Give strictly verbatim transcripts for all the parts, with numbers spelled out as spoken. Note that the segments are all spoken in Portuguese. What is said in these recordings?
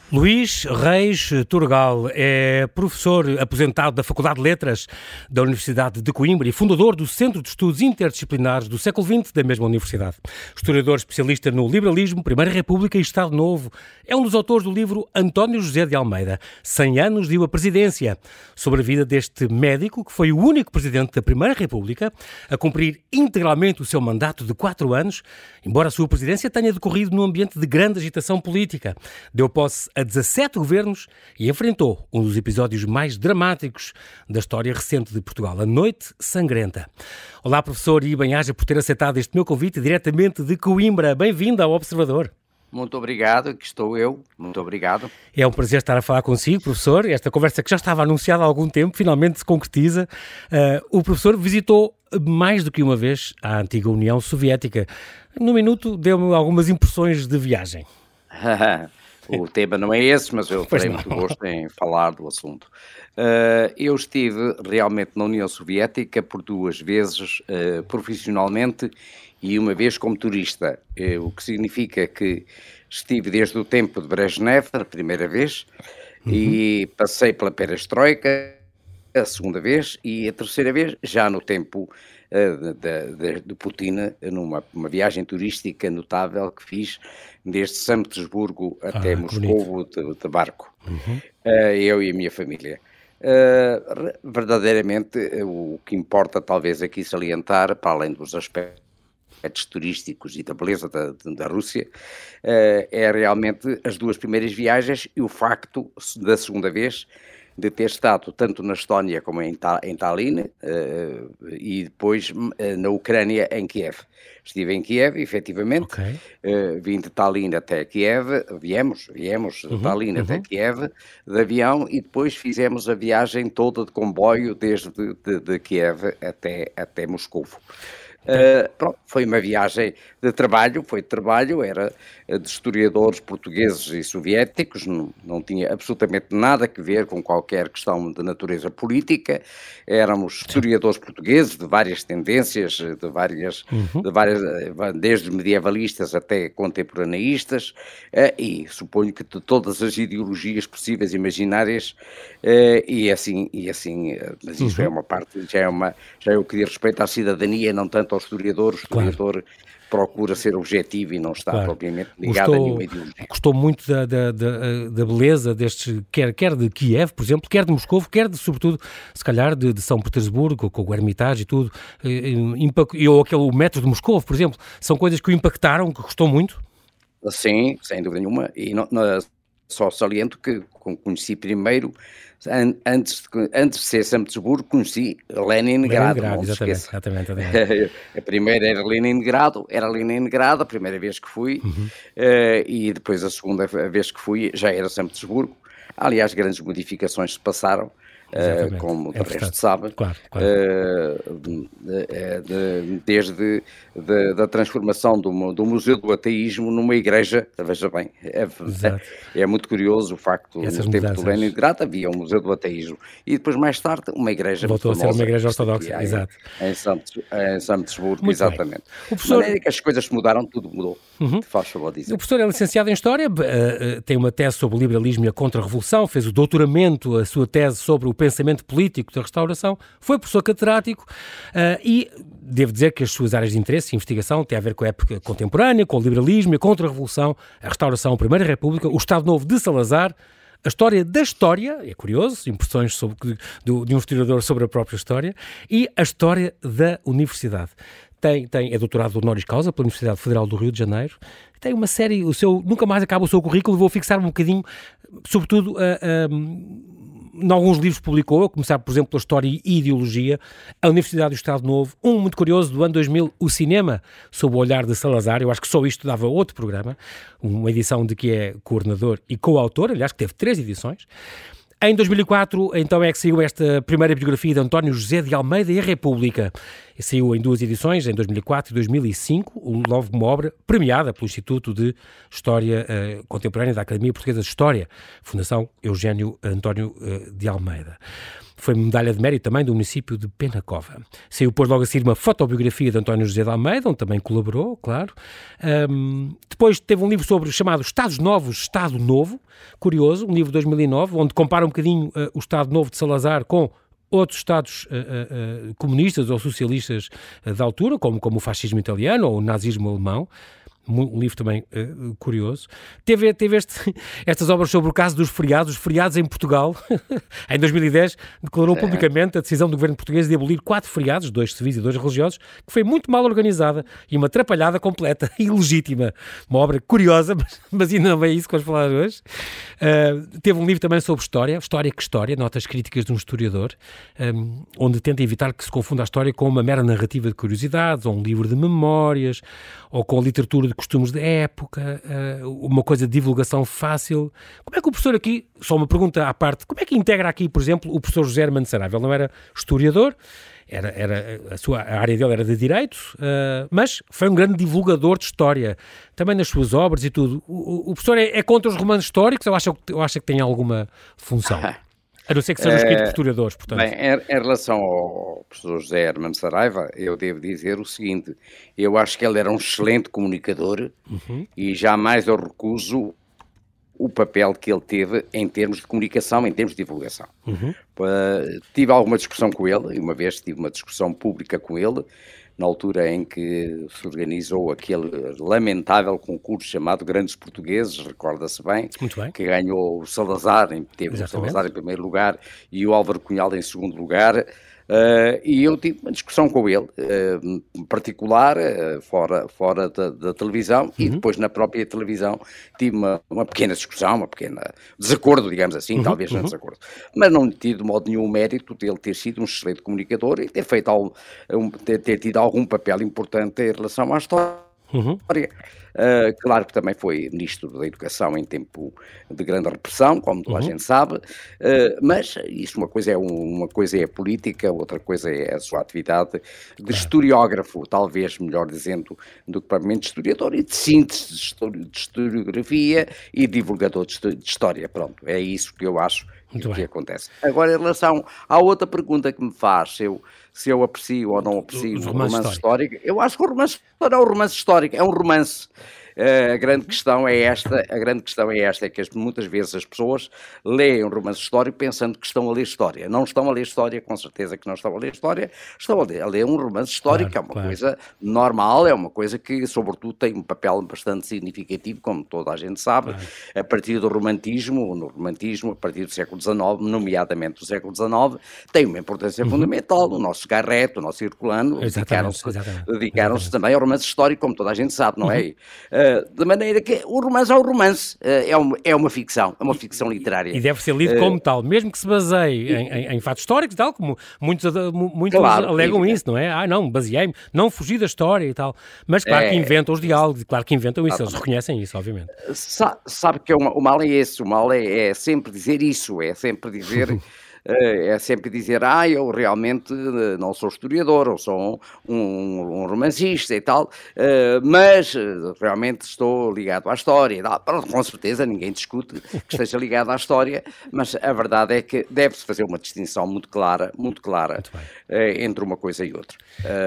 Luís Reis Turgal é professor aposentado da Faculdade de Letras da Universidade de Coimbra e fundador do Centro de Estudos Interdisciplinares do século vinte da mesma universidade. Historiador especialista no liberalismo, Primeira República e Estado Novo, é um dos autores do livro António José de Almeida, cem anos de uma presidência, sobre a vida deste médico que foi o único presidente da Primeira República a cumprir integralmente o seu mandato de quatro anos, embora a sua presidência tenha decorrido num ambiente de grande agitação política. Deu posse a dezassete governos e enfrentou um dos episódios mais dramáticos da história recente de Portugal, a Noite Sangrenta. Olá, professor, e bem-aja por ter aceitado este meu convite diretamente de Coimbra. Bem-vindo ao Observador. Muito obrigado, aqui estou eu. Muito obrigado. É um prazer estar a falar consigo, professor. Esta conversa que já estava anunciada há algum tempo, finalmente se concretiza. Uh, o professor visitou mais do que uma vez a antiga União Soviética. No minuto, deu-me algumas impressões de viagem. O tema não é esse, mas eu terei muito gosto em falar do assunto. Uh, eu estive realmente na União Soviética por duas vezes uh, profissionalmente e uma vez como turista, uh, o que significa que estive desde o tempo de Brezhnev, a primeira vez, uhum. e passei pela Perestroika, a segunda vez, e a terceira vez já no tempo uh, de, de, de Putin, numa uma viagem turística notável que fiz desde São Petersburgo até ah, Moscovo de, de barco, uhum. uh, eu e a minha família. Uh, verdadeiramente, uh, o que importa talvez aqui salientar, para além dos aspectos turísticos e da beleza da, da Rússia, uh, é realmente as duas primeiras viagens e o facto da segunda vez de ter estado tanto na Estónia como em, Ta- em Tallinn uh, e depois uh, na Ucrânia, em Kiev. Estive em Kiev, efetivamente, okay. uh, vim de Tallinn até Kiev, viemos, viemos de uhum, Tallinn uhum. até Kiev, de avião, e depois fizemos a viagem toda de comboio desde de, de, de Kiev até, até Moscovo. Uh, pronto, foi uma viagem de trabalho, foi de trabalho, era de historiadores portugueses e soviéticos, não, não tinha absolutamente nada a ver com qualquer questão de natureza política, éramos historiadores portugueses de várias tendências, de várias, uhum. de várias desde medievalistas até contemporaneístas, uh, e suponho que de todas as ideologias possíveis e imaginárias, uh, e assim, e assim uh, mas isso uhum. é uma parte, já é uma, já é o que diz respeito à cidadania, não tanto ao historiador, o historiador claro. procura ser objetivo e não está claro. propriamente ligado gostou, a nenhuma ideologia. Gostou muito da, da, da, da beleza destes, quer, quer de Kiev, por exemplo, quer de Moscovo, quer de, sobretudo, se calhar, de, de São Petersburgo, com o Hermitage e tudo, e, ou aquele o metro de Moscovo, por exemplo, são coisas que o impactaram, que gostou muito? Sim, sem dúvida nenhuma, e não, não, só saliento que conheci primeiro, antes de, antes de ser São Petersburgo, conheci Leningrado. Leningrado, exatamente, exatamente, exatamente. A primeira era Leningrado, era Leningrado, a primeira vez que fui, uhum. uh, e depois a segunda vez que fui já era São Petersburgo. Aliás, grandes modificações se passaram. Uh, como é o resto sabe, claro, claro. Uh, de, de, de, desde de, da transformação do, do Museu do Ateísmo numa igreja, veja bem, é, é, é muito curioso o facto, Essas no tempo mudanças. do Leningrado havia um Museu do Ateísmo e depois mais tarde uma igreja voltou a ser uma igreja ortodoxa, em, exato. Em São, em São Petersburgo, muito exatamente. Bem. O professor... De maneira que as coisas mudaram, tudo mudou. Uhum. Faz favor dizer. O professor é licenciado em História, uh, uh, tem uma tese sobre o liberalismo e a contra-revolução, fez o doutoramento, a sua tese sobre o pensamento político da restauração, foi professor catedrático uh, e devo dizer que as suas áreas de interesse e investigação têm a ver com a época contemporânea, com o liberalismo e a contra-revolução, a restauração, a Primeira República, o Estado Novo de Salazar, a história da história, é curioso, impressões sobre, do, de um historiador sobre a própria história, e a história da universidade. Tem, tem, é doutorado honoris causa pela Universidade Federal do Rio de Janeiro, tem uma série, o seu, nunca mais acaba o seu currículo, vou fixar um bocadinho, sobretudo, a, a, em alguns livros publicou, a começar, por exemplo, pela História e Ideologia, a Universidade do Estado Novo, um muito curioso do ano dois mil, o Cinema, sob o olhar de Salazar, eu acho que só isto dava outro programa, uma edição de que é coordenador e coautor, aliás, que teve três edições. Em dois mil e quatro, então, é que saiu esta primeira biografia de António José de Almeida e a República. E saiu em duas edições, em dois mil e quatro e dois mil e cinco, logo uma obra premiada pelo Instituto de História uh, Contemporânea da Academia Portuguesa de História, Fundação Eugênio António uh, de Almeida. foi medalha de mérito também do município de Penacova. Saiu depois logo a seguir uma fotobiografia de António José de Almeida, onde também colaborou, claro. Um, depois teve um livro sobre chamado Estados Novos, Estado Novo, curioso, um livro de dois mil e nove, onde compara um bocadinho uh, o Estado Novo de Salazar com outros Estados uh, uh, uh, comunistas ou socialistas uh, da altura, como, como o fascismo italiano ou o nazismo alemão. Um livro também uh, curioso. Teve, teve este, estas obras sobre o caso dos feriados, os feriados em Portugal. Em dois mil e dez, declarou é. publicamente a decisão do governo português de abolir quatro feriados, dois civis e dois religiosos, que foi muito mal organizada e uma atrapalhada completa e ilegítima. Uma obra curiosa, mas, mas ainda não é isso que vamos falar hoje. Uh, teve um livro também sobre história, História que História, notas críticas de um historiador, um, onde tenta evitar que se confunda a história com uma mera narrativa de curiosidades, ou um livro de memórias, ou com a literatura de costumes de época, uma coisa de divulgação fácil. Como é que o professor aqui, só uma pergunta à parte, como é que integra aqui, por exemplo, o professor José Armando Saraiva? Ele não era historiador, era, era, a, sua, a área dele era de Direito, uh, mas foi um grande divulgador de história, também nas suas obras e tudo. O, o professor é, é contra os romances históricos ou acha, ou acha que tem alguma função? A não ser que sejam escritos por historiadores, portanto. Bem, em, em relação ao professor José Armando Saraiva, eu devo dizer o seguinte, eu acho que ele era um excelente comunicador uhum. e jamais eu recuso o papel que ele teve em termos de comunicação, em termos de divulgação. Uhum. Uh, tive alguma discussão com ele, e uma vez tive uma discussão pública com ele, na altura em que se organizou aquele lamentável concurso chamado Grandes Portugueses, recorda-se bem, bem, que ganhou o Salazar, teve Exatamente. o Salazar em primeiro lugar e o Álvaro Cunhal em segundo lugar. Uh, e eu tive uma discussão com ele, uh, particular, uh, fora, fora da, da televisão, uhum. e depois na própria televisão tive uma, uma pequena discussão, uma pequena desacordo, digamos assim, uhum. talvez não uhum. desacordo, mas não tive de modo nenhum o mérito dele ter sido um excelente comunicador e ter, feito ao, um, ter, ter tido algum papel importante em relação à história. Uhum. Uh, claro que também foi Ministro da Educação em tempo de grande repressão, como toda uhum. a gente sabe, uh, mas isso uma coisa, é um, uma coisa é a política, outra coisa é a sua atividade de claro. historiógrafo, talvez melhor dizendo, do que propriamente de historiador, e de síntese de, histori- de historiografia e divulgador de, de história. Pronto, é isso que eu acho que, que acontece. Agora, em relação à outra pergunta que me faz, se eu, se eu aprecio ou não aprecio o romance, romance histórico, eu acho que o romance não é um romance histórico, é um romance. Uh, a grande questão é esta, a grande questão é esta, é que as, muitas vezes as pessoas leem um romance histórico pensando que estão a ler história. Não estão a ler história, com certeza que não estão a ler história, estão a ler, a ler um romance histórico, claro, é uma claro. coisa normal, é uma coisa que, sobretudo, tem um papel bastante significativo, como toda a gente sabe, claro. a partir do romantismo, no romantismo, a partir do século dezenove, nomeadamente do século dezenove, tem uma importância uhum. fundamental. O nosso Garrett, o nosso Herculano, dedicaram-se, dedicaram-se também ao romance histórico, como toda a gente sabe, não uhum. é? Uh, de maneira que o romance é um romance, é uma, é uma ficção, é uma ficção literária. E deve ser lido uh, como tal, mesmo que se baseie em, em, em fatos históricos e tal, como muitos, muitos claro, alegam isso, não é? Ah, não, baseei-me, não fugi da história e tal. Mas claro é, que inventam os diálogos, claro que inventam isso, eles reconhecem isso, obviamente. Sa- sabe que é uma, o mal é esse, o mal é, é sempre dizer isso, é sempre dizer... é sempre dizer, ah, eu realmente não sou historiador, eu sou um, um, um romancista e tal, mas realmente estou ligado à história e tal. Com certeza ninguém discute que esteja ligado à história, mas a verdade é que deve-se fazer uma distinção muito clara, muito clara muito entre uma coisa e outra.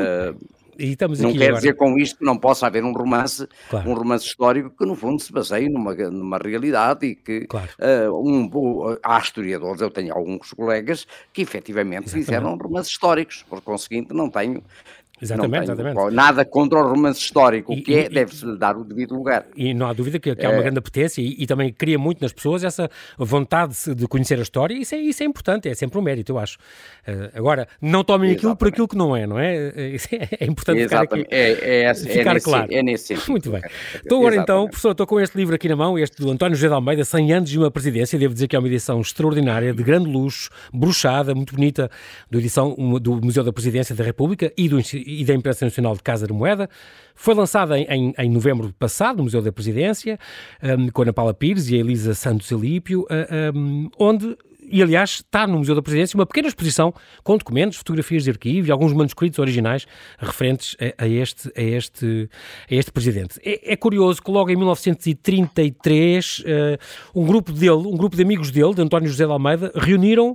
E estamos não aqui quer agora... dizer com isto que não possa haver um romance, claro. um romance histórico que no fundo se baseie numa, numa realidade e que claro. uh, um, há historiadores, eu tenho alguns colegas que efetivamente Exatamente. fizeram romances históricos, por conseguinte não tenho... Exatamente, não tenho exatamente. nada contra o romance histórico, o que é, e, deve-se dar o devido lugar. E não há dúvida que, que há uma é... grande apetência e, e também cria muito nas pessoas essa vontade de conhecer a história, e isso é, isso é importante, é sempre um mérito, eu acho. Uh, agora, não tomem Exatamente. aquilo por aquilo que não é, não é? É, é importante Exatamente. ficar aqui, é, é, ficar é nesse, claro. É nesse sentido. Muito bem. Estou agora então, professor, estou com este livro aqui na mão, este do António José de Almeida, cem anos de uma presidência, devo dizer que é uma edição extraordinária, de grande luxo, bruxada, muito bonita, do, edição, do Museu da Presidência da República e, do, e da Imprensa Nacional de Casa de Moeda. Foi lançada em, em, em novembro passado, no Museu da Presidência, um, com a Ana Paula Pires e a Elisa Santos Alípio, uh, um, onde, e aliás, está no Museu da Presidência uma pequena exposição com documentos, fotografias de arquivo e alguns manuscritos originais referentes a, a, este, a, este, a este presidente. É, é curioso que logo em mil novecentos e trinta e três, uh, um grupo dele, um grupo de amigos dele, de António José de Almeida, reuniram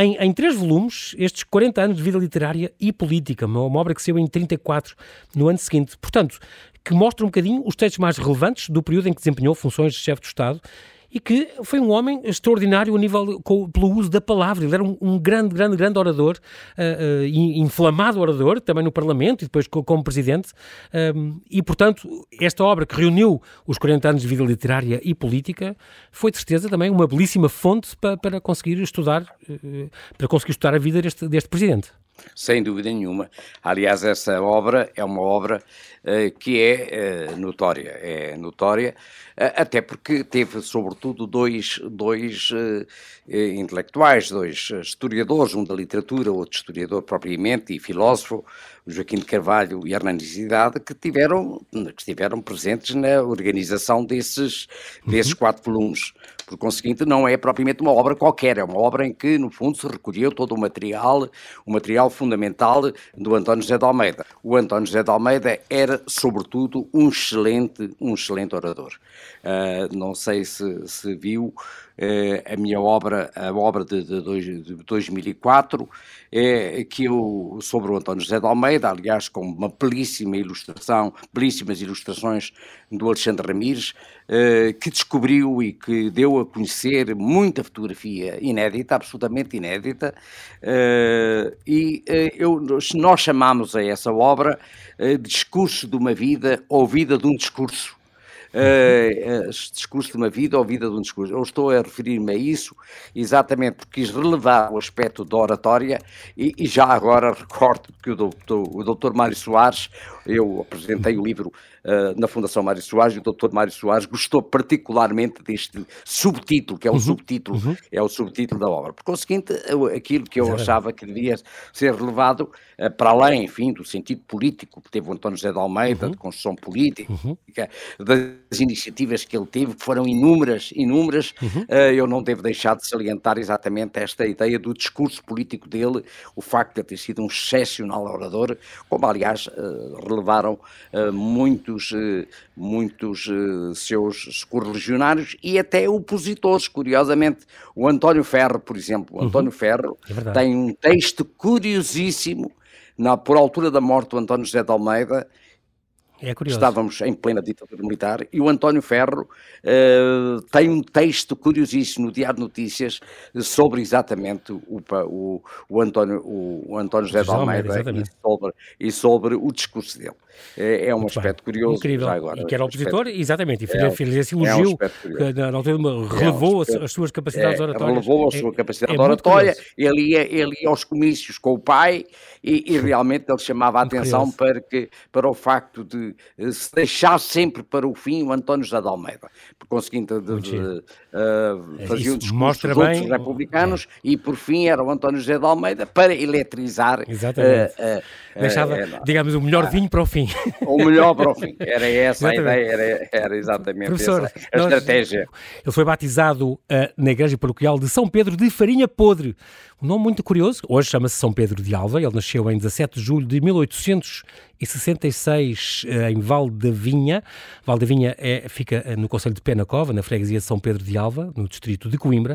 em, em três volumes estes quarenta anos de vida literária e política, uma, uma obra que saiu em trinta e quatro, no ano seguinte. Portanto, que mostra um bocadinho os textos mais relevantes do período em que desempenhou funções de chefe de Estado e que foi um homem extraordinário a nível, com, pelo uso da palavra. Ele era um, um grande, grande, grande orador, uh, uh, inflamado orador, também no Parlamento e depois como, como Presidente. Um, e, portanto, esta obra que reuniu os quarenta anos de vida literária e política foi, de certeza, também uma belíssima fonte para, para conseguir estudar, uh, para conseguir estudar a vida deste, deste Presidente. Sem dúvida nenhuma. Aliás, essa obra é uma obra uh, que é uh, notória, é notória, uh, até porque teve, sobretudo, dois, dois uh, intelectuais, dois historiadores, um da literatura, outro historiador propriamente e filósofo, Joaquim de Carvalho e Hernani Cidade, que tiveram, que estiveram presentes na organização desses, desses quatro volumes. Por conseguinte, não é propriamente uma obra qualquer, é uma obra em que, no fundo, se recolheu todo o material, o material fundamental do António José de Almeida. O António José de Almeida era, sobretudo, um excelente, um excelente orador. Uh, não sei se, se viu uh, a minha obra, a obra de, de, de dois mil e quatro, é, que eu, sobre o António José de Almeida, aliás, com uma belíssima ilustração, belíssimas ilustrações do Alexandre Ramires, uh, que descobriu e que deu a conhecer muita fotografia inédita, absolutamente inédita, uh, e uh, eu, nós chamamos a essa obra uh, Discurso de uma Vida ou Vida de um Discurso. Uh, uh, discurso de uma vida ou vida de um discurso. Eu estou a referir-me a isso exatamente porque quis relevar o aspecto da oratória e, e já agora recordo que o doutor, o doutor Mário Soares, eu apresentei o livro uh, na Fundação Mário Soares e o doutor Mário Soares gostou particularmente deste subtítulo, que é o uhum, subtítulo, uhum. é o subtítulo da obra. Por conseguinte, aquilo que eu Exato. achava que devia ser relevado, uh, para além, enfim, do sentido político que teve o António José de Almeida, uhum. de construção política, uhum. das iniciativas que ele teve, que foram inúmeras, inúmeras, uhum. uh, eu não devo deixar de salientar exatamente esta ideia do discurso político dele, o facto de ele ter sido um excepcional orador, como aliás uh, relevaram uh, muitos, uh, muitos uh, seus correligionários e até opositores, curiosamente. O António Ferro, por exemplo, o António uhum. Ferro é tem um texto curiosíssimo, na, por altura da morte do António José de Almeida. É curioso. Estávamos em plena ditadura militar e o António Ferro uh, tem um texto curiosíssimo no Diário de Notícias sobre exatamente o, o, o, António, o, o António José de Almeida, Almeida e, sobre, e sobre o discurso dele. É, é um Muito aspecto bem. curioso. Incrível. Já agora, e que era opositor, aspecto, exatamente, e fez, fez esse elogio, é um que na altura relevou é um aspecto, as suas capacidades é, oratórias. Relevou a sua é, capacidade é oratória, ele ia, ele ia aos comícios com o pai e, e realmente ele chamava a atenção para, que, para o facto de se deixar sempre para o fim o António José de Almeida. Por conseguinte, de, de, uh, fazia um discurso dos outros republicanos é. e por fim era o António José de Almeida para eletrizar. Exatamente. Uh, uh, Deixava, uh, digamos, o melhor uh, vinho para o fim. O melhor para o fim. Era essa a ideia, era, era exatamente Professor, essa a nós, estratégia. Ele foi batizado uh, na Igreja Paroquial de São Pedro de Farinha Podre. Um nome muito curioso. Hoje chama-se São Pedro de Alva. Ele nasceu em dezassete de julho de mil oitocentos e sessenta e seis uh, em Val da Vinha. Val da Vinha é, fica no concelho de Penacova, na freguesia de São Pedro de Alva, no distrito de Coimbra.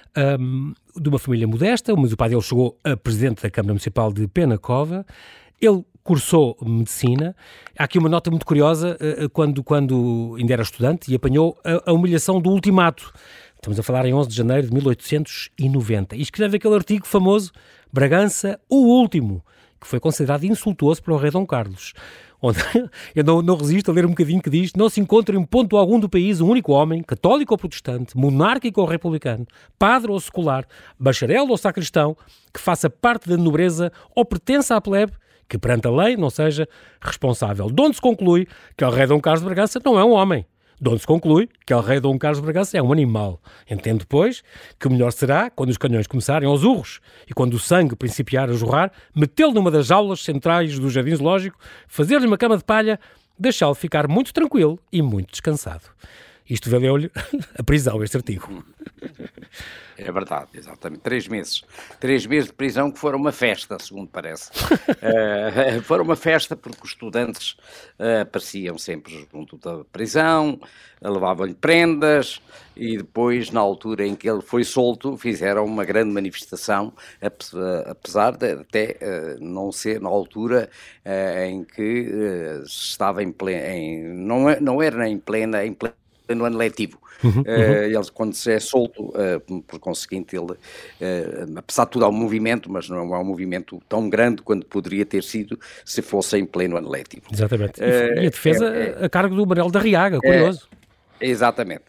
Um, de uma família modesta, mas o pai dele chegou a presidente da Câmara Municipal de Penacova. Ele cursou medicina. Há aqui uma nota muito curiosa, uh, quando, quando ainda era estudante e apanhou a, a humilhação do ultimato. Estamos a falar em onze de janeiro de mil oitocentos e noventa. E escreve aquele artigo famoso, Bragança, o último, que foi considerado insultuoso para o rei Dom Carlos. Onde eu não, não resisto a ler um bocadinho que diz: não se encontra em ponto algum do país um único homem, católico ou protestante, monárquico ou republicano, padre ou secular, bacharel ou sacristão, que faça parte da nobreza ou pertença à plebe, que perante a lei não seja responsável. De onde se conclui que o rei Dom Carlos de Bragança não é um homem. De onde se conclui que o rei Dom Carlos de Bragança é um animal. Entendo depois que o melhor será, quando os canhões começarem aos urros e quando o sangue principiar a jorrar, metê-lo numa das jaulas centrais do jardim zoológico, fazer-lhe uma cama de palha, deixá-lo ficar muito tranquilo e muito descansado. Isto valeu-lhe a prisão, este artigo. É verdade, exatamente. Três meses. Três meses de prisão que foram uma festa, segundo parece. uh, foram uma festa porque os estudantes uh, apareciam sempre junto da prisão, levavam-lhe prendas e depois, na altura em que ele foi solto, fizeram uma grande manifestação, apesar de até uh, não ser na altura uh, em que uh, estava em plena... Em, não, não era em plena... Em plena no ano letivo. Uhum, uhum. Uh, ele, quando se é solto, uh, por conseguinte, ele, uh, apesar de tudo, há um movimento, mas não é um movimento tão grande quanto poderia ter sido se fosse em pleno ano letivo. Exatamente. Uh, e a defesa é, é, a cargo do Manuel da Riaga, curioso. É, exatamente.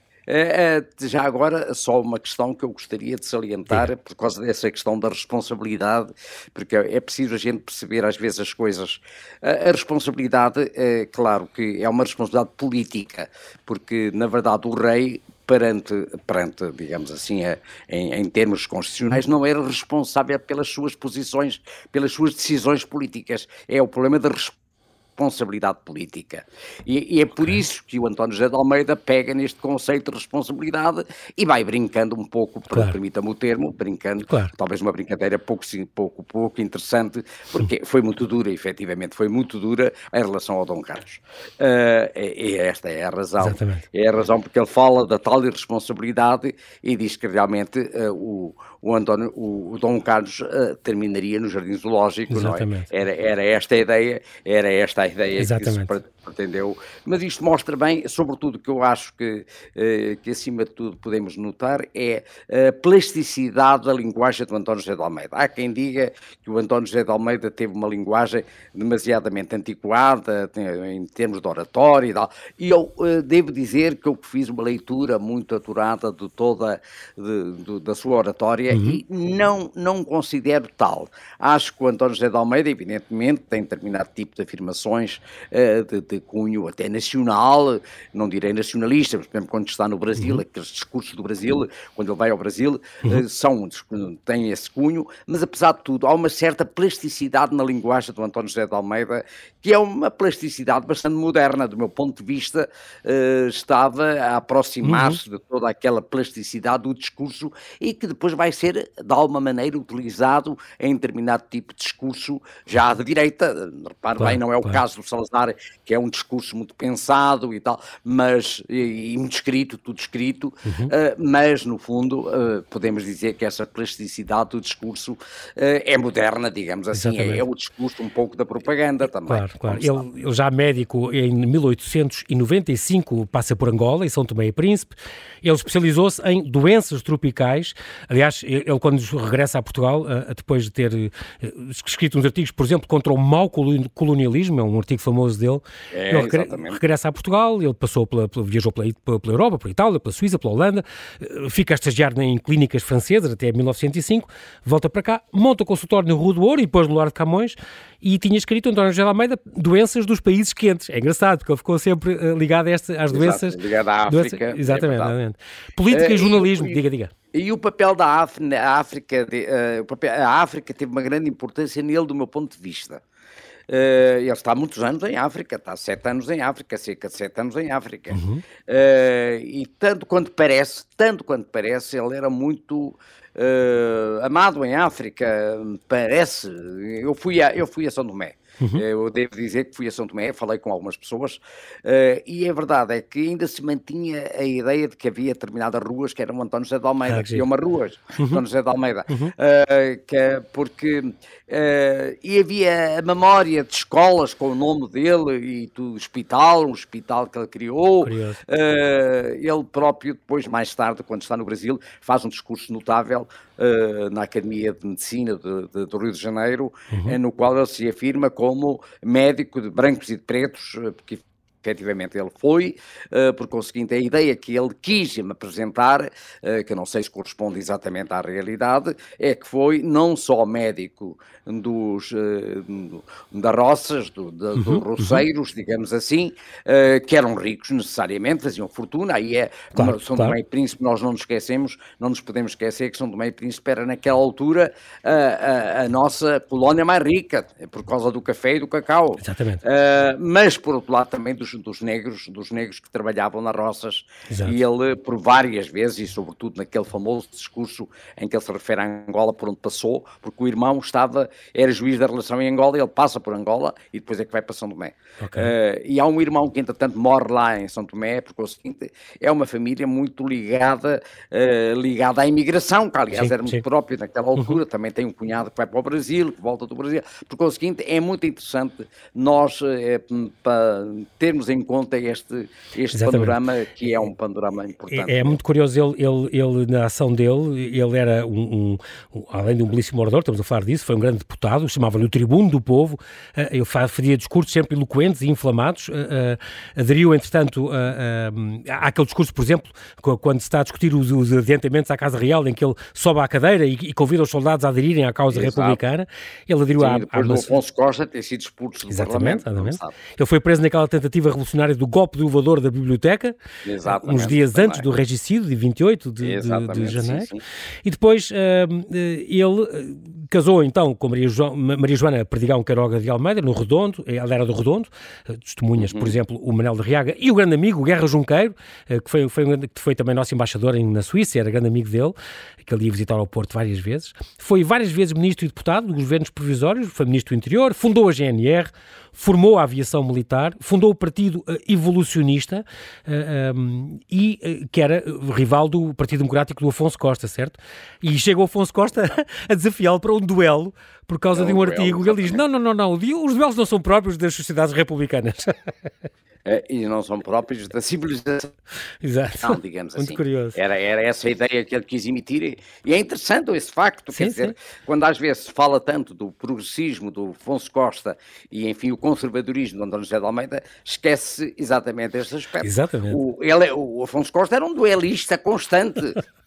Uh, já agora, só uma questão que eu gostaria de salientar, Sim. por causa dessa questão da responsabilidade, porque é preciso a gente perceber às vezes as coisas. Uh, a responsabilidade, é claro que é uma responsabilidade política, porque na verdade o rei, perante, perante digamos assim, a, em, em termos constitucionais, não era responsável pelas suas posições, pelas suas decisões políticas. É o problema da responsabilidade. responsabilidade política. E, e é por okay. isso que o António José de Almeida pega neste conceito de responsabilidade e vai brincando um pouco, claro. permita-me o termo, brincando, claro. talvez uma brincadeira pouco, pouco, pouco interessante, porque foi muito dura, efetivamente, foi muito dura em relação ao Dom Carlos. Uh, e, e esta é a razão. Exatamente. É a razão porque ele fala da tal irresponsabilidade e diz que realmente uh, o, o, António, o, o Dom Carlos uh, terminaria no Jardim Zoológico, não é? Era, era esta a ideia, era esta a ideia Exatamente. que se pretendeu, mas isto mostra bem, sobretudo que eu acho que, eh, que acima de tudo podemos notar, é a plasticidade da linguagem do António José de Almeida. Há quem diga que o António José de Almeida teve uma linguagem demasiadamente antiquada em termos de oratória e tal, e eu eh, devo dizer que eu fiz uma leitura muito aturada de toda, de, de, da sua oratória uhum. e não, não considero tal. Acho que o António José de Almeida, evidentemente, tem determinado tipo de afirmações uh, de, de cunho até nacional, não direi nacionalista, mas mesmo quando está no Brasil, uhum. aqueles discursos do Brasil, quando ele vai ao Brasil, uhum. uh, são, têm esse cunho, mas apesar de tudo, há uma certa plasticidade na linguagem do António José de Almeida, que é uma plasticidade bastante moderna, do meu ponto de vista, uh, estava a aproximar-se uhum. de toda aquela plasticidade do discurso e que depois vai ser, de alguma maneira, utilizado em determinado tipo de discurso, já de direita, repare claro, bem, não é o claro. caso do Salazar, que é um discurso muito pensado e tal, mas, e, e muito escrito, tudo escrito, uhum. uh, mas no fundo uh, podemos dizer que essa plasticidade do discurso uh, é moderna, digamos assim, é, é o discurso um pouco da propaganda também. Claro, claro. Ele, ele já médico em mil oitocentos e noventa e cinco passa por Angola e São Tomé e Príncipe, ele especializou-se em doenças tropicais, aliás, ele quando regressa a Portugal, uh, depois de ter uh, escrito uns artigos, por exemplo, contra o mau colonialismo, é um artigo famoso dele, é, ele regre- regressa a Portugal, ele passou pela, pela, viajou pela, pela Europa, pela Itália, pela Suíça, pela Holanda, fica a estagiar em clínicas francesas até mil novecentos e cinco, volta para cá, monta o consultório no Rua do Ouro e depois no Lar de Camões e tinha escrito António José de Almeida doenças dos países quentes. É engraçado, porque ele ficou sempre uh, ligado a esta, às doenças... Exato, ligado à África. Doenças, exatamente, é exatamente. Política uh, e jornalismo, e, diga, diga. E o papel da África, a África, de, uh, o papel, a África teve uma grande importância nele do meu ponto de vista. Uh, ele está há muitos anos em África, está há sete anos em África, cerca de sete anos em África. Uhum. Uh, e tanto quanto parece, tanto quanto parece, ele era muito uh, amado em África, parece. Eu fui a, eu fui a São Tomé. Uhum. Eu devo dizer que fui a São Tomé, falei com algumas pessoas, uh, e a verdade é que ainda se mantinha a ideia de que havia determinadas ruas que eram António José de Almeida, ah, que iam umas ruas, uhum. António José de Almeida, uhum. uh, que, porque uh, e havia a memória de escolas com o nome dele e do hospital, um hospital que ele criou. Uh, ele próprio, depois, mais tarde, quando está no Brasil, faz um discurso notável uh, na Academia de Medicina de, de, do Rio de Janeiro, uhum. uh, no qual ele se afirma como médico de brancos e de pretos, porque efetivamente ele foi, uh, por conseguinte a ideia que ele quis me apresentar, uh, que eu não sei se corresponde exatamente à realidade, é que foi não só médico dos, uh, das roças, do, do, uhum, dos roceiros, uhum. digamos assim, uh, que eram ricos necessariamente, faziam fortuna, aí é, claro, São claro. Tomé e Príncipe, nós não nos esquecemos, não nos podemos esquecer que São Tomé e Príncipe era naquela altura a, a, a nossa colónia mais rica, por causa do café e do cacau. Exatamente. Uh, mas por outro lado também dos dos, dos negros, dos negros que trabalhavam nas roças. Exato. E ele, por várias vezes, e sobretudo naquele famoso discurso em que ele se refere a Angola por onde passou, porque o irmão estava, era juiz da relação em Angola, ele passa por Angola e depois é que vai para São Tomé. Okay. Uh, e há um irmão que, entretanto, morre lá em São Tomé, porque é o seguinte, é uma família muito ligada, uh, ligada à imigração, que aliás sim, era muito sim. própria naquela altura, uhum. também tem um cunhado que vai para o Brasil, que volta do Brasil, porque é o seguinte, é muito interessante nós é, para termos em conta este, este panorama, que é um panorama importante. É, é muito curioso, ele, ele, ele, na ação dele, ele era um, um, um, além de um belíssimo orador, estamos a falar disso, foi um grande deputado, chamava-lhe o Tribuno do Povo, uh, ele fazia discursos sempre eloquentes e inflamados, uh, uh, aderiu, entretanto, uh, uh, àquele discurso, por exemplo, quando se está a discutir os, os adiantamentos à Casa Real, em que ele sobe à cadeira e, e convida os soldados a aderirem à causa Exato. republicana, ele aderiu Sim, à... depois à do Afonso Costa ter sido expulso do exatamente, Parlamento. Exatamente. Ele foi preso naquela tentativa revolucionária do golpe do elevador da biblioteca, exatamente, uns dias também. antes do regicídio, de vinte e oito de, de, de janeiro. Sim, sim. E depois uh, ele casou então com Maria, jo- Maria Joana Perdigão Queiroga de Almeida, no Redondo, ela era do Redondo, testemunhas, uhum. por exemplo, o Manel de Riaga e o grande amigo, o Guerra Junqueiro, que foi, foi, que foi também nosso embaixador em, na Suíça, era grande amigo dele, que ele ia visitar ao Porto várias vezes. Foi várias vezes ministro e deputado dos governos provisórios, foi ministro do Interior, fundou a G N R, formou a aviação militar, fundou o Partido Evolucionista, uh, um, e uh, que era rival do Partido Democrático do Afonso Costa, certo? E chegou o Afonso Costa a desafiá-lo para um duelo por causa é de um, um artigo. Duelo, ele diz, não, não, não, não, os duelos não são próprios das sociedades republicanas. É, e não são próprios da civilização, Exato. digamos Muito assim. curioso. Era, era essa a ideia que ele quis emitir, e é interessante esse facto, sim, quer dizer, sim. quando às vezes se fala tanto do progressismo do Afonso Costa e, enfim, o conservadorismo de António José de Almeida, esquece exatamente este aspecto. Exatamente. O, ele, o Afonso Costa era um duelista constante.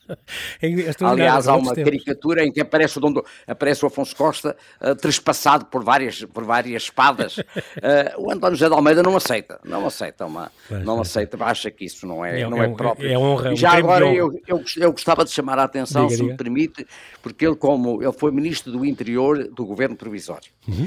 Aliás, há uma caricatura em que aparece o, Dom, aparece o Afonso Costa uh, trespassado por várias, por várias espadas. Uh, o António José de Almeida não aceita, não aceita, uma, pois, não é. aceita, acha que isso não é, é, não é, é próprio. É honra, e já um agora eu, eu, eu gostava de chamar a atenção, diga, se diga. me permite, porque ele, como ele foi Ministro do Interior do Governo Provisório, uhum. uh,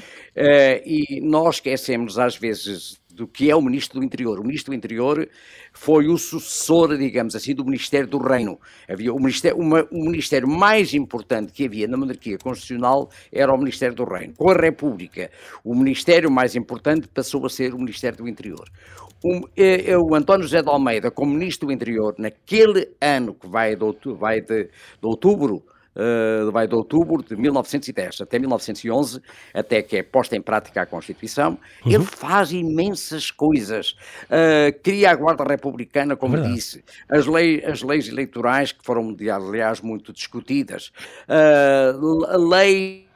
e nós esquecemos às vezes do que é o Ministro do Interior. O Ministro do Interior foi o sucessor, digamos assim, do Ministério do Reino. Havia o Ministério, uma, o Ministério mais importante que havia na monarquia constitucional era o Ministério do Reino. Com a República, o Ministério mais importante passou a ser o Ministério do Interior. O, é, o António José de Almeida, como Ministro do Interior, naquele ano que vai de, outubro, vai de, de outubro, Uh, vai de outubro de mil novecentos e dez até mil novecentos e onze, até que é posta em prática a Constituição, uhum. ele faz imensas coisas. Uh, cria a Guarda Republicana, como uhum. disse, as, lei, as leis eleitorais, que foram, aliás, muito discutidas, uh, leis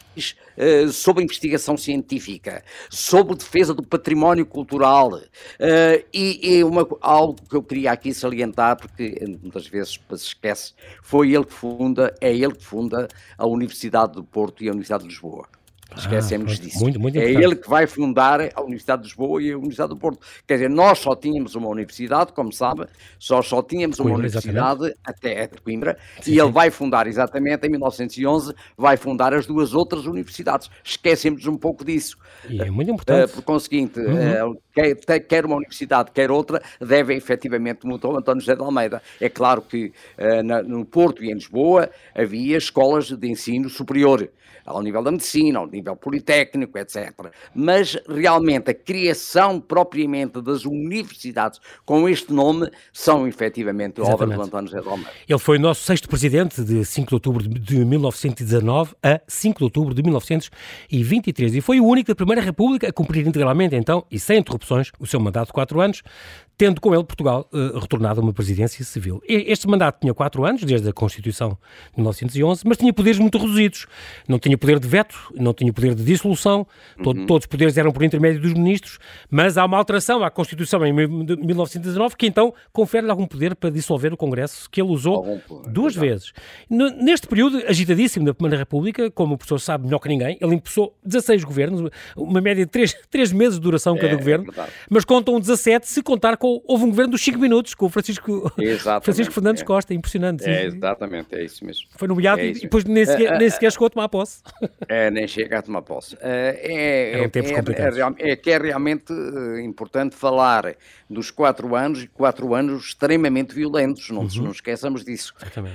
Uh, sobre investigação científica, sobre defesa do património cultural, uh, e, e uma, algo que eu queria aqui salientar, porque muitas vezes se esquece, foi ele que funda, é ele que funda a Universidade do Porto e a Universidade de Lisboa. Esquecemos ah, disso. Muito, muito é ele que vai fundar a Universidade de Lisboa e a Universidade do Porto. Quer dizer, nós só tínhamos uma universidade, como sabe, só, só tínhamos uma Coimbra, universidade exatamente. até a de Coimbra, sim, e ele sim. vai fundar exatamente, em mil novecentos e onze, vai fundar as duas outras universidades. Esquecemos um pouco disso. E é muito importante. Uh, por conseguinte, uhum. uh, quer, quer uma universidade, quer outra, deve efetivamente muito ao António José de Almeida. É claro que uh, na, no Porto e em Lisboa havia escolas de ensino superior, ao nível da medicina, ao nível politécnico, etcétera. Mas, realmente, a criação propriamente das universidades com este nome são, efetivamente, obras do António José de Almeida. Ele foi o nosso sexto presidente de cinco de outubro de mil novecentos e dezanove a cinco de outubro de mil novecentos e vinte e três e foi o único da Primeira República a cumprir integralmente, então, e sem interrupções, o seu mandato de quatro anos, tendo com ele Portugal uh, retornado a uma presidência civil. Este mandato tinha quatro anos, desde a Constituição de mil novecentos e onze, mas tinha poderes muito reduzidos. Não tinha poder de veto, não tinha poder de dissolução, todo, uhum. todos os poderes eram por intermédio dos ministros, mas há uma alteração à Constituição em mil novecentos e dezanove que então confere-lhe algum poder para dissolver o Congresso, que ele usou poder, duas é vezes. Neste período agitadíssimo da Primeira República, como o professor sabe melhor que ninguém, ele impulsou dezasseis governos, uma média de três meses de duração cada é, governo, é mas contam dezassete se contar com houve um governo dos cinco minutos com o Francisco, Francisco Fernandes é. Costa, impressionante. É, exatamente, é isso mesmo. Foi nomeado é e depois nem sequer, nem sequer chegou a tomar posse. É, nem chega chegar a tomar posse. Uh, é, Eram tempos é, complicados. É, é que é realmente uh, importante falar dos quatro anos, e quatro anos extremamente violentos, não, uhum. não esqueçamos disso.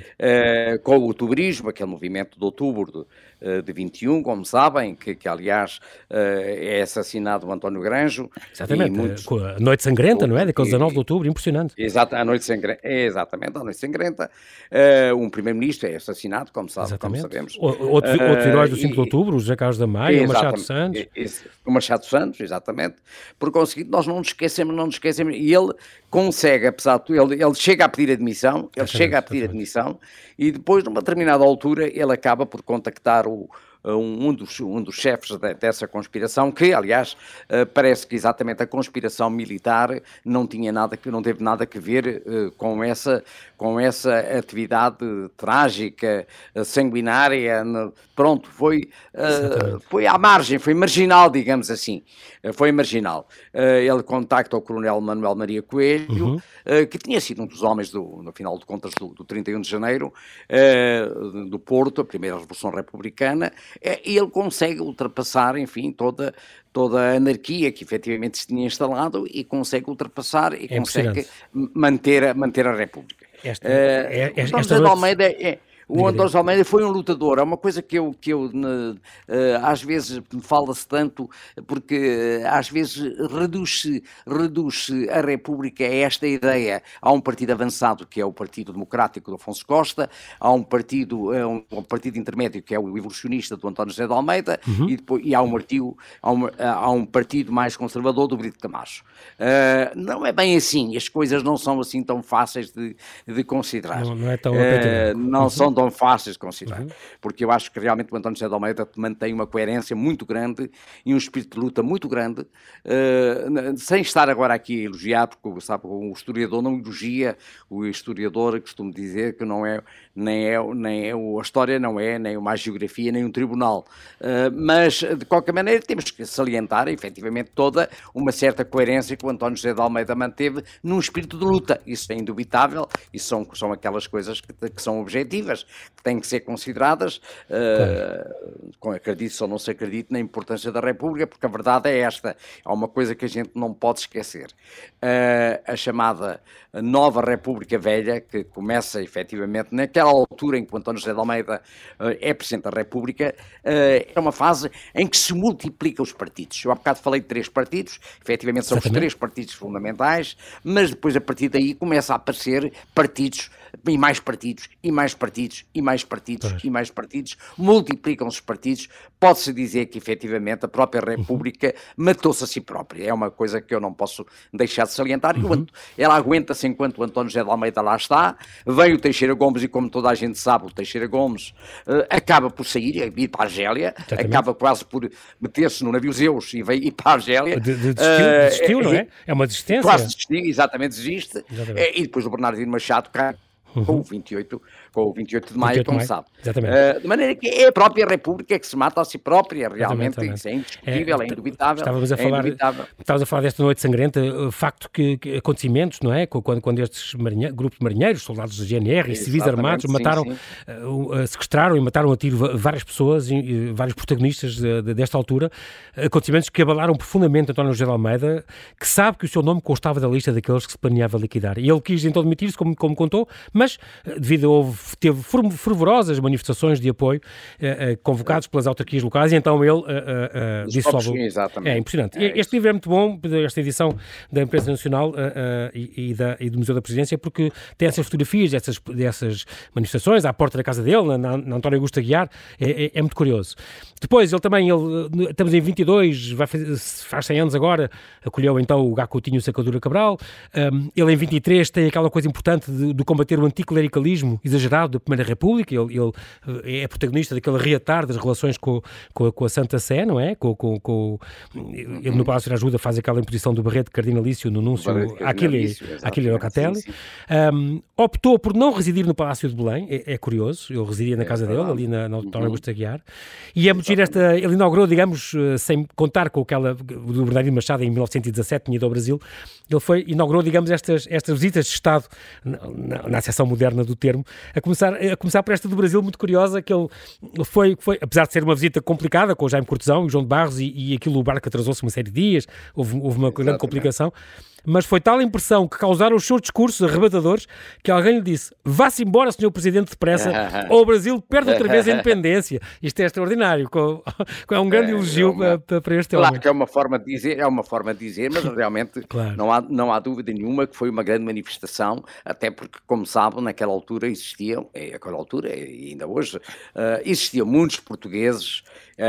Uh, com o outubrismo, aquele movimento de outubro de, de vinte e um, como sabem, que, que aliás uh, é assassinado o António Granjo. Exatamente, muitos... com a Noite Sangrenta, não é? Daquele dezanove de outubro, impressionante. Exato, a Noite Sangrenta, exatamente, a Noite Sangrenta. Uh, um primeiro-ministro é assassinado, como, sabe, como sabemos. O, outros, uh, outros heróis do cinco de outubro, o José Carlos da Maia, o Machado Santos. O Machado Santos, exatamente. Por conseguinte, nós não nos esquecemos, não nos esquecemos, e ele consegue, apesar de tudo, ele, ele chega a pedir admissão, ele chega a pedir admissão, e depois, numa determinada altura, ele acaba por contactar o Um, um, dos, um dos chefes de, dessa conspiração, que, aliás, uh, parece que exatamente a conspiração militar não tinha nada que, não teve nada a ver uh, com, essa, com essa atividade trágica, uh, sanguinária, no, pronto, foi, uh, foi à margem, foi marginal, digamos assim, uh, foi marginal. Uh, ele contacta o coronel Manuel Maria Coelho, uhum. uh, que tinha sido um dos homens, do, no final de contas, do, do trinta e um de janeiro, uh, do Porto, a primeira Revolução Republicana. E ele consegue ultrapassar, enfim, toda, toda a anarquia que efetivamente se tinha instalado e consegue ultrapassar e é consegue manter a, manter a República. Esta, uh, é, é, esta José de Almeida é... O António Almeida foi um lutador, é uma coisa que eu, que eu uh, às vezes fala-se tanto, porque uh, às vezes reduz-se reduz a República a esta ideia. Há um partido avançado que é o Partido Democrático do Afonso Costa, há um partido, uh, um, um partido intermédio que é o evolucionista do António José de Almeida, uhum. e, depois, e há, um partido, há, um, há um partido mais conservador do Brito Camacho. Uh, não é bem assim, as coisas não são assim tão fáceis de, de considerar. Não, não é tão uh, Não uhum. são tão fáceis de considerar, uhum. porque eu acho que realmente o António José de Almeida mantém uma coerência muito grande e um espírito de luta muito grande, uh, sem estar agora aqui a elogiar, porque sabe, o historiador não elogia, o historiador costuma dizer que não é, nem é, nem é a história não é, nem uma geografia, nem um tribunal, uh, mas de qualquer maneira temos que salientar efetivamente toda uma certa coerência que o António José de Almeida manteve num espírito de luta, isso é indubitável, isso são, são aquelas coisas que, que são objetivas, que têm que ser consideradas, uh, com acredite ou não se acredite na importância da República, porque a verdade é esta, há uma coisa que a gente não pode esquecer, uh, a chamada Nova República Velha, que começa efetivamente naquela altura em que o António José de Almeida uh, é Presidente da República, uh, é uma fase em que se multiplicam os partidos. Eu há bocado falei de três partidos, efetivamente são Exatamente. Os três partidos fundamentais, mas depois a partir daí começa a aparecer partidos e mais partidos, e mais partidos, e mais partidos, pois. e mais partidos, multiplicam-se os partidos, pode-se dizer que efetivamente a própria República uhum. matou-se a si própria, é uma coisa que eu não posso deixar de salientar, uhum. ela aguenta-se enquanto o António José de Almeida lá está, vem o Teixeira Gomes e como toda a gente sabe, o Teixeira Gomes uh, acaba por sair, ir para a Argélia, Exatamente. acaba quase por meter-se no navio Zeus e veio ir para a Argélia. De, de, desistiu, uh, desistiu, não é? É uma desistência. Quase desistiu, exatamente, desiste, exatamente. E depois o Bernardino Machado cai. Uhum. Com, o vinte e oito, com o vinte e oito de maio, como sabe. Uh, de maneira que é a própria República que se mata a si própria, realmente, exatamente, isso é indiscutível, é, é indubitável. Estávamos a, é falar, estávamos a falar desta Noite Sangrenta, o facto que, que acontecimentos, não é? Quando, quando estes marinhe, grupos de marinheiros, soldados da G N R e civis armados, sim, mataram, sim. Uh, uh, sequestraram e mataram a tiro várias pessoas, e, uh, vários protagonistas de, de, desta altura, acontecimentos que abalaram profundamente António José de Almeida, que sabe que o seu nome constava da lista daqueles que se planeava liquidar. E ele quis então demitir-se, como, como contou, mas devido a houve, teve fervorosas manifestações de apoio eh, eh, convocados pelas autarquias locais e então ele eh, eh, dissolve. É impressionante. É este livro é muito bom, esta edição da Imprensa Nacional eh, eh, e, e, da, e do Museu da Presidência, porque tem essas fotografias dessas, dessas manifestações à porta da casa dele, na, na, na António Augusto Aguiar, é, é, é muito curioso. Depois, ele também, ele, estamos em vinte e dois, vai fazer, faz cem anos agora, acolheu então o Gá Coutinho Sacadura Cabral, um, ele em vinte e três tem aquela coisa importante de, de combater o anticlericalismo exagerado da Primeira República, ele, ele é protagonista daquele reatar das relações com, com, com a Santa Sé, não é? Com, com, com, ele no Palácio da Ajuda faz aquela imposição do barrete cardinalício no núncio Achille Locatelli, um, optou por não residir no Palácio de Belém, é, é curioso, ele residia na casa é, dele, ali na, na António Augusto Aguiar, e é muito giro esta, ele inaugurou, digamos, sem contar com aquela do Bernardino Machado em mil novecentos e dezassete, tinha ido ao Brasil, ele foi, inaugurou, digamos, estas, estas visitas de Estado na, na, na acepção moderna do termo, a começar, a começar por esta do Brasil, muito curiosa, que ele foi, foi, apesar de ser uma visita complicada com o Jaime Cortesão e o João de Barros, e, e aquilo, o barco atrasou-se uma série de dias, houve, houve uma grande complicação, mas foi tal a impressão que causaram os seus discursos arrebatadores que alguém lhe disse: vá-se embora, senhor Presidente, depressa, ou o Brasil perde outra vez a independência. Isto é extraordinário, com, com, é um grande elogio é uma, para, para este claro homem. Que é uma forma de dizer, é uma forma de dizer, mas realmente claro. não, há, não há dúvida nenhuma que foi uma grande manifestação, até porque, como sabem, naquela altura existiam, é, naquela altura e ainda hoje, uh, existiam muitos portugueses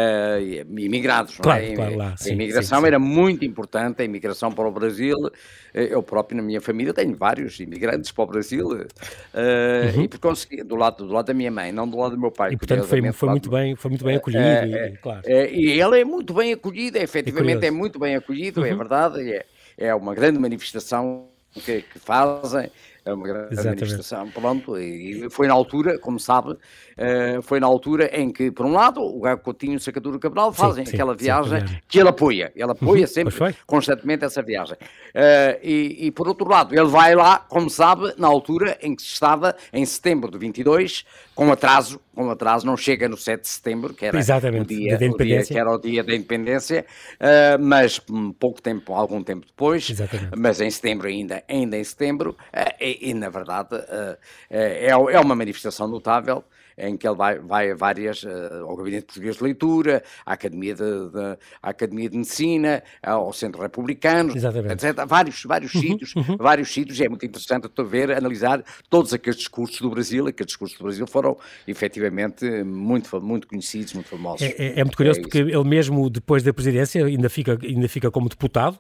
uh, imigrados. Claro, não é? claro, lá, a sim, imigração sim, sim. era muito importante, a imigração para o Brasil. Eu próprio, na minha família, tenho vários imigrantes para o Brasil, uh, uhum. e por conseguir, do lado, do lado da minha mãe, não do lado do meu pai. E, portanto, foi, foi, muito bem, foi muito bem acolhido. Uh, e, uh, claro. uh, e ele é muito bem acolhido, efetivamente é, é muito bem acolhido, uhum. é verdade, é, é uma grande manifestação que, que fazem. É uma grande Exatamente. Administração, pronto, e foi na altura, como sabe, uh, foi na altura em que, por um lado, o Gago Coutinho e o Sacadura Cabral fazem sim, aquela sim, viagem sim, que ele apoia, ele apoia uhum, sempre, constantemente essa viagem. Uh, e, e, por outro lado, ele vai lá, como sabe, na altura em que se estava, em setembro de vinte e dois, com atraso, com atraso, não chega no sete de setembro, que era, Exatamente, o, dia, da o dia que era o dia da independência, uh, mas um, pouco tempo, algum tempo depois, Exatamente. Mas em setembro ainda, ainda em setembro, uh, e, e na verdade uh, é, é uma manifestação notável, em que ele vai, vai a várias, uh, ao Gabinete Português de Leitura, à Academia de, de, à Academia de Medicina, ao Centro Republicano, Exatamente. etcétera. Vários, vários uhum, sítios, uhum. vários sítios, e é muito interessante ver, analisar todos aqueles discursos do Brasil. Aqueles discursos do Brasil foram, efetivamente, muito, muito conhecidos, muito famosos. É, é, é muito curioso, é porque ele mesmo, depois da presidência, ainda fica, ainda fica como deputado, uh,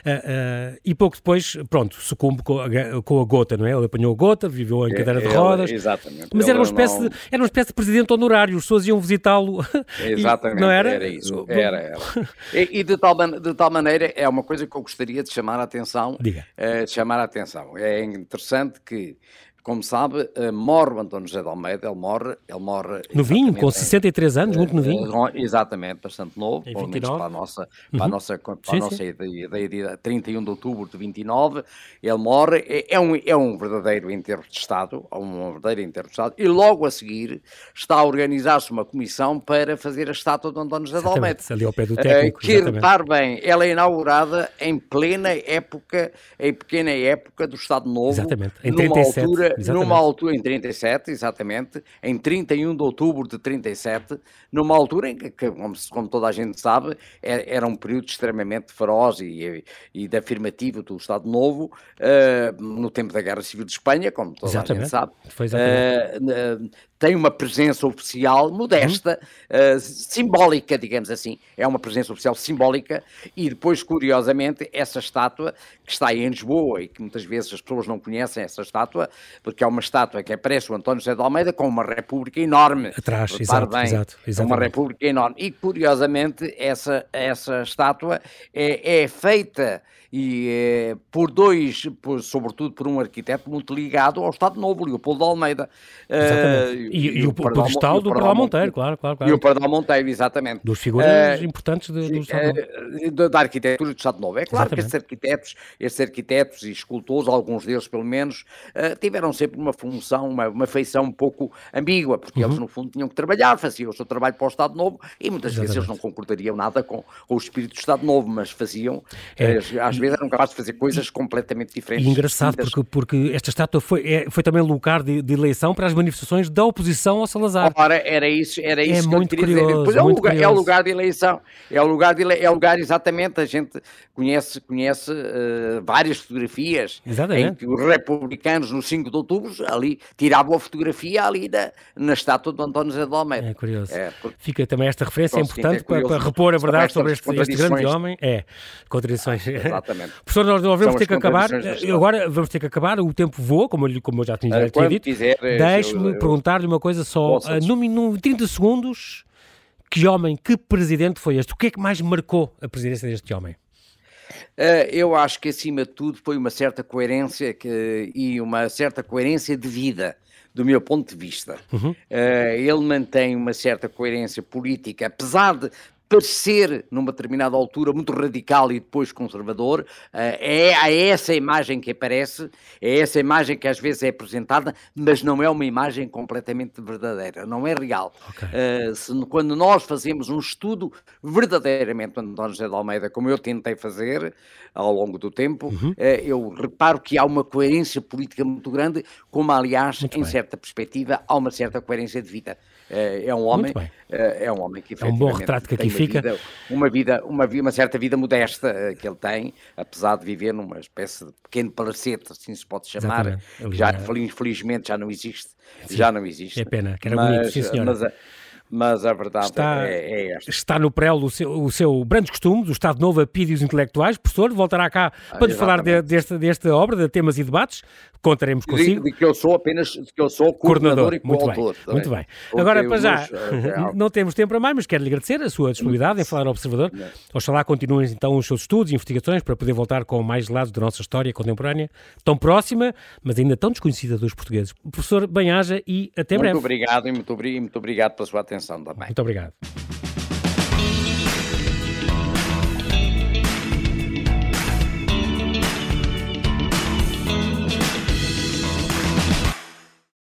uh, e pouco depois, pronto, sucumbe com a, com a gota, não é? Ele apanhou a gota, viveu em cadeira de rodas, é, exatamente. Mas era uma espécie não... de, era uma espécie de presidente honorário, as pessoas iam visitá-lo. Exatamente, e, não era? era isso, era, era. E, e de, tal, de tal maneira, é uma coisa que eu gostaria de chamar a atenção, Diga. Uh, de chamar a atenção. É interessante que, como sabe, uh, morre o António José de Almeida, ele morre... Ele morre novinho, com sessenta e três anos, uh, muito novinho. Uh, exatamente, bastante novo, pelo menos para a nossa, para a uhum. nossa, para sim, a nossa ideia, trinta e um de outubro de vinte e nove, ele morre, é, é, um, é um verdadeiro enterro de Estado, um verdadeiro enterro de Estado, e logo a seguir está a organizar-se uma comissão para fazer a estátua de António José de Almeida. Ali ao pé do técnico, uh, que, repare bem, ela é inaugurada em plena época, em pequena época do Estado Novo, exatamente. Em numa trinta e sete, altura, exatamente. numa altura, em trinta e sete, exatamente, em trinta e um de outubro de trinta e sete, numa altura em que, que como, como toda a gente sabe, era um período extremamente feroz e, e de afirmativo do Estado Novo, uh, no tempo da Guerra Civil de Espanha, como toda exatamente. A gente sabe. Foi exatamente. Uh, uh, tem uma presença oficial modesta, uhum. uh, simbólica, digamos assim. É uma presença oficial simbólica e depois, curiosamente, essa estátua que está aí em Lisboa e que muitas vezes as pessoas não conhecem essa estátua, porque é uma estátua que aparece o António José de Almeida com uma república enorme. Atrás, exato, bem, exato, exatamente. Uma república enorme. E, curiosamente, essa, essa estátua é, é feita e é, por dois, por, sobretudo por um arquiteto muito ligado ao Estado Novo, Leopoldo de Almeida. Uh, e, e, e o pedestal do Pardal Monteiro, claro, claro, claro. E o Pardal Monteiro, exatamente. Dos figuras uh, importantes do, do Estado Novo. Uh, da, da arquitetura do Estado Novo. É claro exatamente. Que esses arquitetos, esses arquitetos e escultores, alguns deles pelo menos, uh, tiveram sempre uma função, uma, uma feição um pouco ambígua, porque uhum. eles no fundo tinham que trabalhar, faziam o seu trabalho para o Estado Novo e muitas exatamente. Vezes eles não concordariam nada com, com o espírito do Estado Novo, mas faziam, é. uh, às vezes eram capazes de fazer coisas completamente diferentes. E engraçado porque, porque esta estátua foi, é, foi também lugar de, de eleição para as manifestações da oposição ao Salazar. Ora, era isso, era isso é que muito eu queria curioso, dizer. Depois é o, lugar, curioso. é o lugar de eleição, é o lugar, de ele, é o lugar exatamente, a gente conhece, conhece uh, várias fotografias exatamente. Em que os republicanos no cinco de outubro ali tiravam a fotografia ali na, na estátua de António José de Almeida. É curioso. É, porque, fica também esta referência, é importante é para, para repor a verdade sobre este, este grande homem. É, contradições. Exatamente. Professor, nós, nós vamos ter que acabar, agora vamos ter que acabar, o tempo voa, como eu, como eu já tinha, já tinha dito. Deixe-me perguntar-lhe uma coisa só, uh, num, num trinta segundos, que homem, que presidente foi este? O que é que mais marcou a presidência deste homem? Uh, eu acho que, acima de tudo, foi uma certa coerência que, e uma certa coerência de vida, do meu ponto de vista. Uhum. Uh, ele mantém uma certa coerência política, apesar de parecer, numa determinada altura, muito radical e depois conservador. É, é essa imagem que aparece, é essa imagem que às vezes é apresentada, mas não é uma imagem completamente verdadeira, não é real. Okay. Uh, se, quando nós fazemos um estudo verdadeiramente, António José de Almeida, como eu tentei fazer ao longo do tempo, uhum. uh, eu reparo que há uma coerência política muito grande, como aliás, muito em bem. certa perspectiva, há uma certa coerência de vida. É um homem, é um homem que é um bom retrato que aqui fica. Vida, uma vida, uma vida, uma certa vida modesta que ele tem, apesar de viver numa espécie de pequeno palacete, assim se pode chamar, que já infelizmente já não existe, sim, já não existe. É pena, que era mas, bonito, sim senhora. Mas, mas a verdade está, é, é esta. Está no prelo o seu, o seu Brandos Costumes, o Estado Novo a Pídeos Intelectuais. Professor, voltará cá ah, para nos falar de, desta, desta obra, de temas e debates. Contaremos consigo. De, de que eu sou apenas de que eu sou coordenador, coordenador e coautor. Muito bem, muito bem. Agora, para já, meus, não temos tempo para mais, mas quero-lhe agradecer a sua disponibilidade em falar ao Observador. Não. Oxalá continuem então os seus estudos e investigações para poder voltar com mais lados da nossa história contemporânea, tão próxima, mas ainda tão desconhecida dos portugueses. Professor, bem-aja e até muito breve. Muito obrigado e muito, muito obrigado pela sua atenção também. Muito obrigado.